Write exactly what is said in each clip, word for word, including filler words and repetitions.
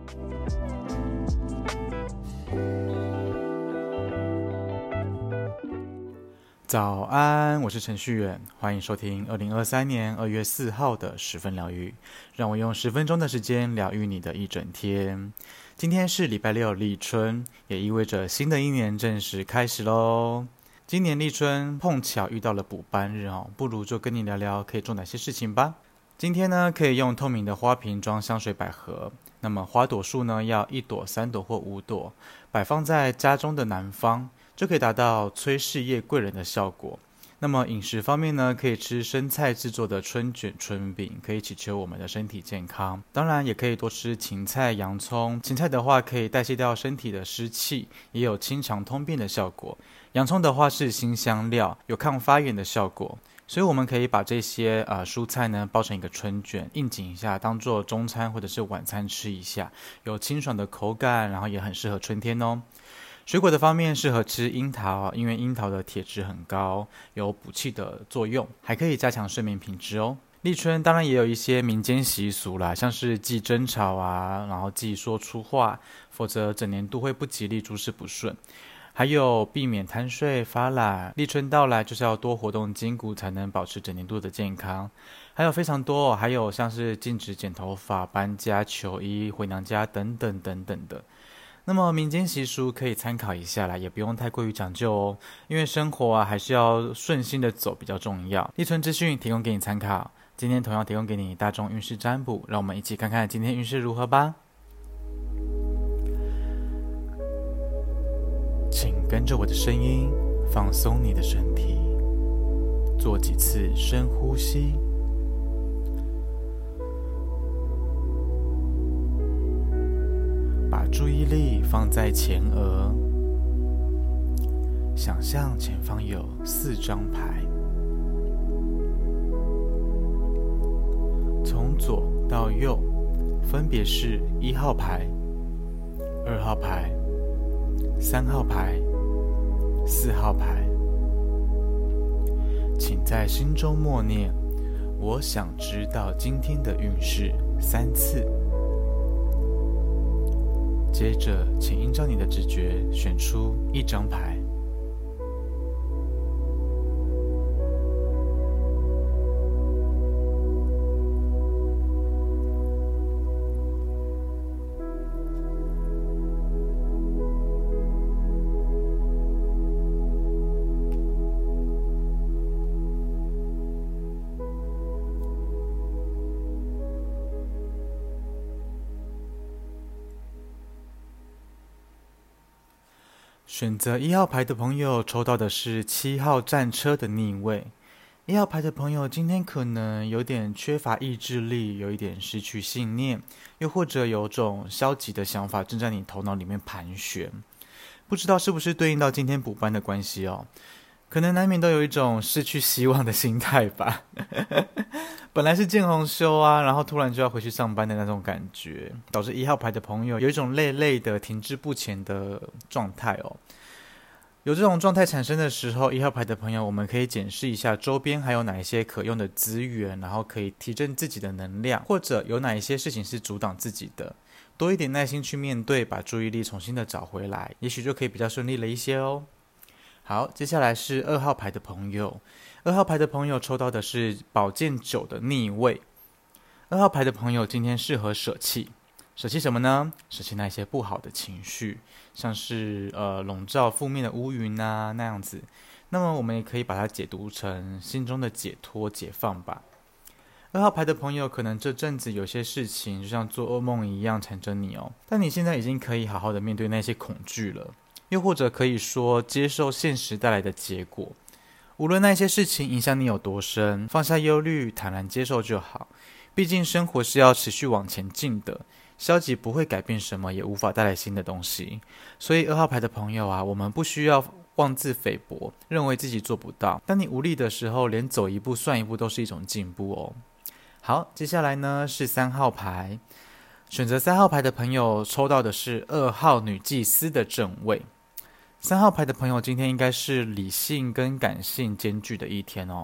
早安，我是程序员，欢迎收听二零二三年二月四号的十分疗愈，让我用十分钟的时间疗愈你的一整天。今天是礼拜六立春，也意味着新的一年正式开始咯。今年立春碰巧遇到了补班日哦，不如就跟你聊聊可以做哪些事情吧。今天呢，可以用透明的花瓶装香水百合，那么花朵数呢要一朵、三朵或五朵，摆放在家中的南方，就可以达到催事业贵人的效果。那么饮食方面呢，可以吃生菜制作的春卷、春饼，可以祈求我们的身体健康。当然也可以多吃芹菜、洋葱。芹菜的话可以代谢掉身体的湿气，也有清肠通便的效果。洋葱的话是辛香料，有抗发炎的效果。所以我们可以把这些呃蔬菜呢包成一个春卷，应景一下，当做中餐或者是晚餐吃一下，有清爽的口感，然后也很适合春天哦。水果的方面适合吃樱桃，因为樱桃的铁质很高，有补气的作用，还可以加强睡眠品质哦。立春当然也有一些民间习俗啦，像是忌争吵啊，然后忌说粗话，否则整年度会不吉利，诸事不顺。还有避免贪睡发懒，立春到来就是要多活动筋骨，才能保持整年度的健康。还有非常多、哦、还有像是禁止剪头发、搬家、求医、回娘家等等等等的。那么民间习俗可以参考一下啦，也不用太过于讲究哦，因为生活啊还是要顺心的走比较重要。立春资讯提供给你参考，今天同样提供给你大众运势占卜，让我们一起看看今天运势如何吧。请跟着我的声音，放松你的身体，做几次深呼吸，把注意力放在前额，想象前方有四张牌，从左到右分别是一号牌、二号牌、三号牌、四号牌。请在心中默念我想知道今天的运势三次，接着请依照你的直觉选出一张牌。选择一号牌的朋友抽到的是七号战车的逆位。一号牌的朋友今天可能有点缺乏意志力，有一点失去信念，又或者有种消极的想法正在你头脑里面盘旋，不知道是不是对应到今天补班的关系哦。可能难免都有一种失去希望的心态吧本来是见红休啊，然后突然就要回去上班的那种感觉，导致一号牌的朋友有一种累累的停滞不前的状态哦。有这种状态产生的时候，一号牌的朋友我们可以检视一下周边还有哪一些可用的资源，然后可以提振自己的能量，或者有哪一些事情是阻挡自己的，多一点耐心去面对，把注意力重新的找回来，也许就可以比较顺利了一些哦。好，接下来是二号牌的朋友。二号牌的朋友抽到的是宝剑九的逆位。二号牌的朋友今天适合舍弃，舍弃什么呢？舍弃那些不好的情绪，像是呃笼罩负面的乌云啊那样子。那么我们也可以把它解读成心中的解脱、解放吧。二号牌的朋友可能这阵子有些事情就像做噩梦一样缠着你哦，但你现在已经可以好好的面对那些恐惧了。又或者可以说接受现实带来的结果，无论那些事情影响你有多深，放下忧虑，坦然接受就好。毕竟生活是要持续往前进的，消极不会改变什么，也无法带来新的东西。所以二号牌的朋友啊，我们不需要妄自菲薄，认为自己做不到。当你无力的时候，连走一步算一步都是一种进步哦。好，接下来呢是三号牌。选择三号牌的朋友抽到的是二号女祭司的正位。三号牌的朋友今天应该是理性跟感性兼具的一天哦，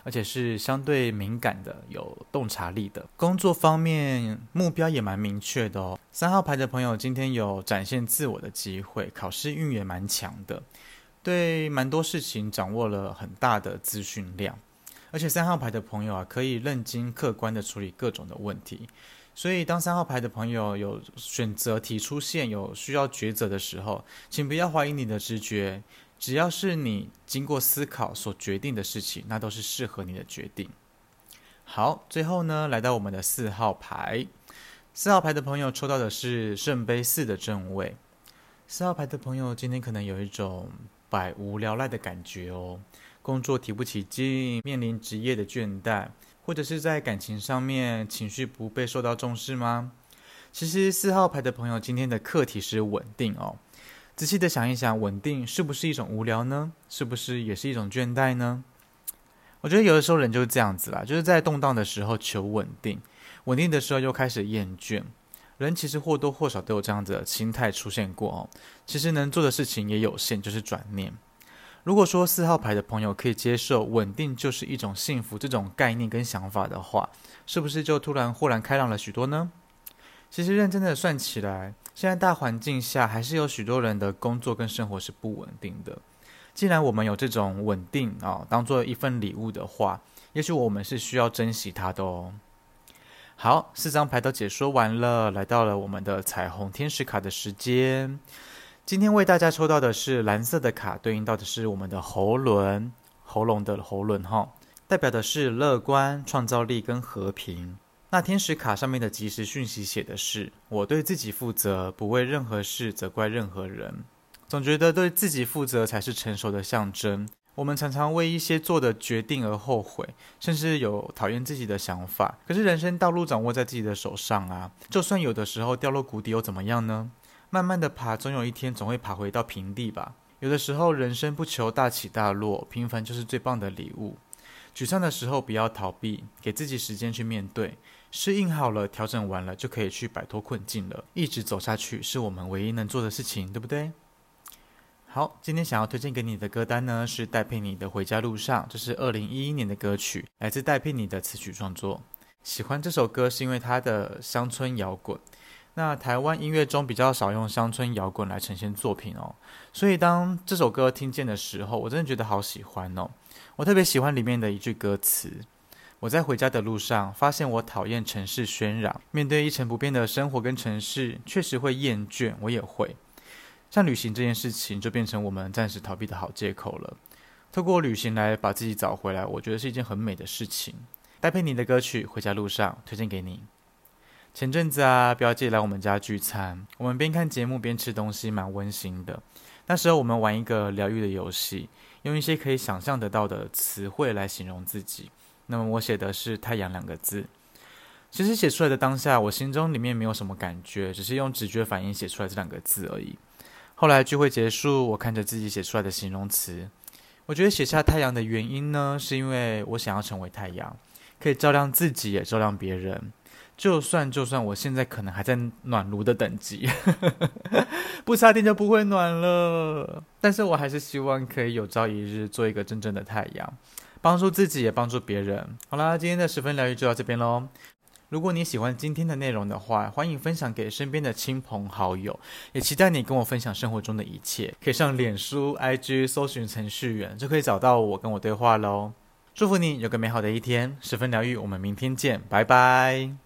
而且是相对敏感的，有洞察力的。工作方面目标也蛮明确的哦。三号牌的朋友今天有展现自我的机会，考试运也蛮强的，对蛮多事情掌握了很大的资讯量。而且三号牌的朋友啊，可以认真客观的处理各种的问题。所以当三号牌的朋友有选择题出现，有需要抉择的时候，请不要怀疑你的直觉，只要是你经过思考所决定的事情，那都是适合你的决定。好，最后呢，来到我们的四号牌。四号牌的朋友抽到的是圣杯四的正位。四号牌的朋友今天可能有一种百无聊赖的感觉哦，工作提不起劲，面临职业的倦怠，或者是在感情上面情绪不被受到重视吗？其实四号牌的朋友今天的课题是稳定哦。仔细的想一想，稳定是不是一种无聊呢？是不是也是一种倦怠呢？我觉得有的时候人就是这样子啦，就是在动荡的时候求稳定，稳定的时候又开始厌倦。人其实或多或少都有这样子的心态出现过哦。其实能做的事情也有限，就是转念。如果说四号牌的朋友可以接受稳定就是一种幸福这种概念跟想法的话，是不是就突然豁然开朗了许多呢？其实认真的算起来，现在大环境下还是有许多人的工作跟生活是不稳定的。既然我们有这种稳定啊，当做一份礼物的话，也许我们是需要珍惜它的哦。好，四张牌都解说完了，来到了我们的彩虹天使卡的时间。今天为大家抽到的是蓝色的卡，对应到的是我们的喉轮，喉咙的喉轮哈，代表的是乐观、创造力跟和平。那天使卡上面的即时讯息写的是：我对自己负责，不为任何事责怪任何人。总觉得对自己负责才是成熟的象征。我们常常为一些做的决定而后悔，甚至有讨厌自己的想法。可是人生道路掌握在自己的手上啊，就算有的时候掉落谷底又怎么样呢？慢慢的爬，总有一天总会爬回到平地吧。有的时候人生不求大起大落，平凡就是最棒的礼物。沮丧的时候不要逃避，给自己时间去面对，适应好了，调整完了，就可以去摆脱困境了。一直走下去是我们唯一能做的事情，对不对？好，今天想要推荐给你的歌单呢，是戴佩妮的《回家路上》，这是二零一一年的歌曲，来自戴佩妮的词曲创作。喜欢这首歌是因为它的乡村摇滚。那台湾音乐中比较少用乡村摇滚来呈现作品哦，所以当这首歌听见的时候，我真的觉得好喜欢哦。我特别喜欢里面的一句歌词：我在回家的路上，发现我讨厌城市喧嚷，面对一成不变的生活跟城市，确实会厌倦，我也会。像旅行这件事情，就变成我们暂时逃避的好借口了。透过旅行来把自己找回来，我觉得是一件很美的事情。戴佩妮的歌曲《回家路上》推荐给你。前阵子啊，表姐来我们家聚餐，我们边看节目边吃东西，蛮温馨的。那时候我们玩一个疗愈的游戏，用一些可以想象得到的词汇来形容自己。那么我写的是太阳两个字。其实写出来的当下，我心中里面没有什么感觉，只是用直觉反应写出来这两个字而已。后来聚会结束，我看着自己写出来的形容词，我觉得写下太阳的原因呢，是因为我想要成为太阳，可以照亮自己也照亮别人。就算就算我现在可能还在暖炉的等级不插电就不会暖了，但是我还是希望可以有朝一日做一个真正的太阳，帮助自己也帮助别人。好啦，今天的十分疗愈就到这边咯。如果你喜欢今天的内容的话，欢迎分享给身边的亲朋好友，也期待你跟我分享生活中的一切。可以上脸书 I G 搜寻程序员，就可以找到我跟我对话咯。祝福你有个美好的一天，十分疗愈，我们明天见，拜拜。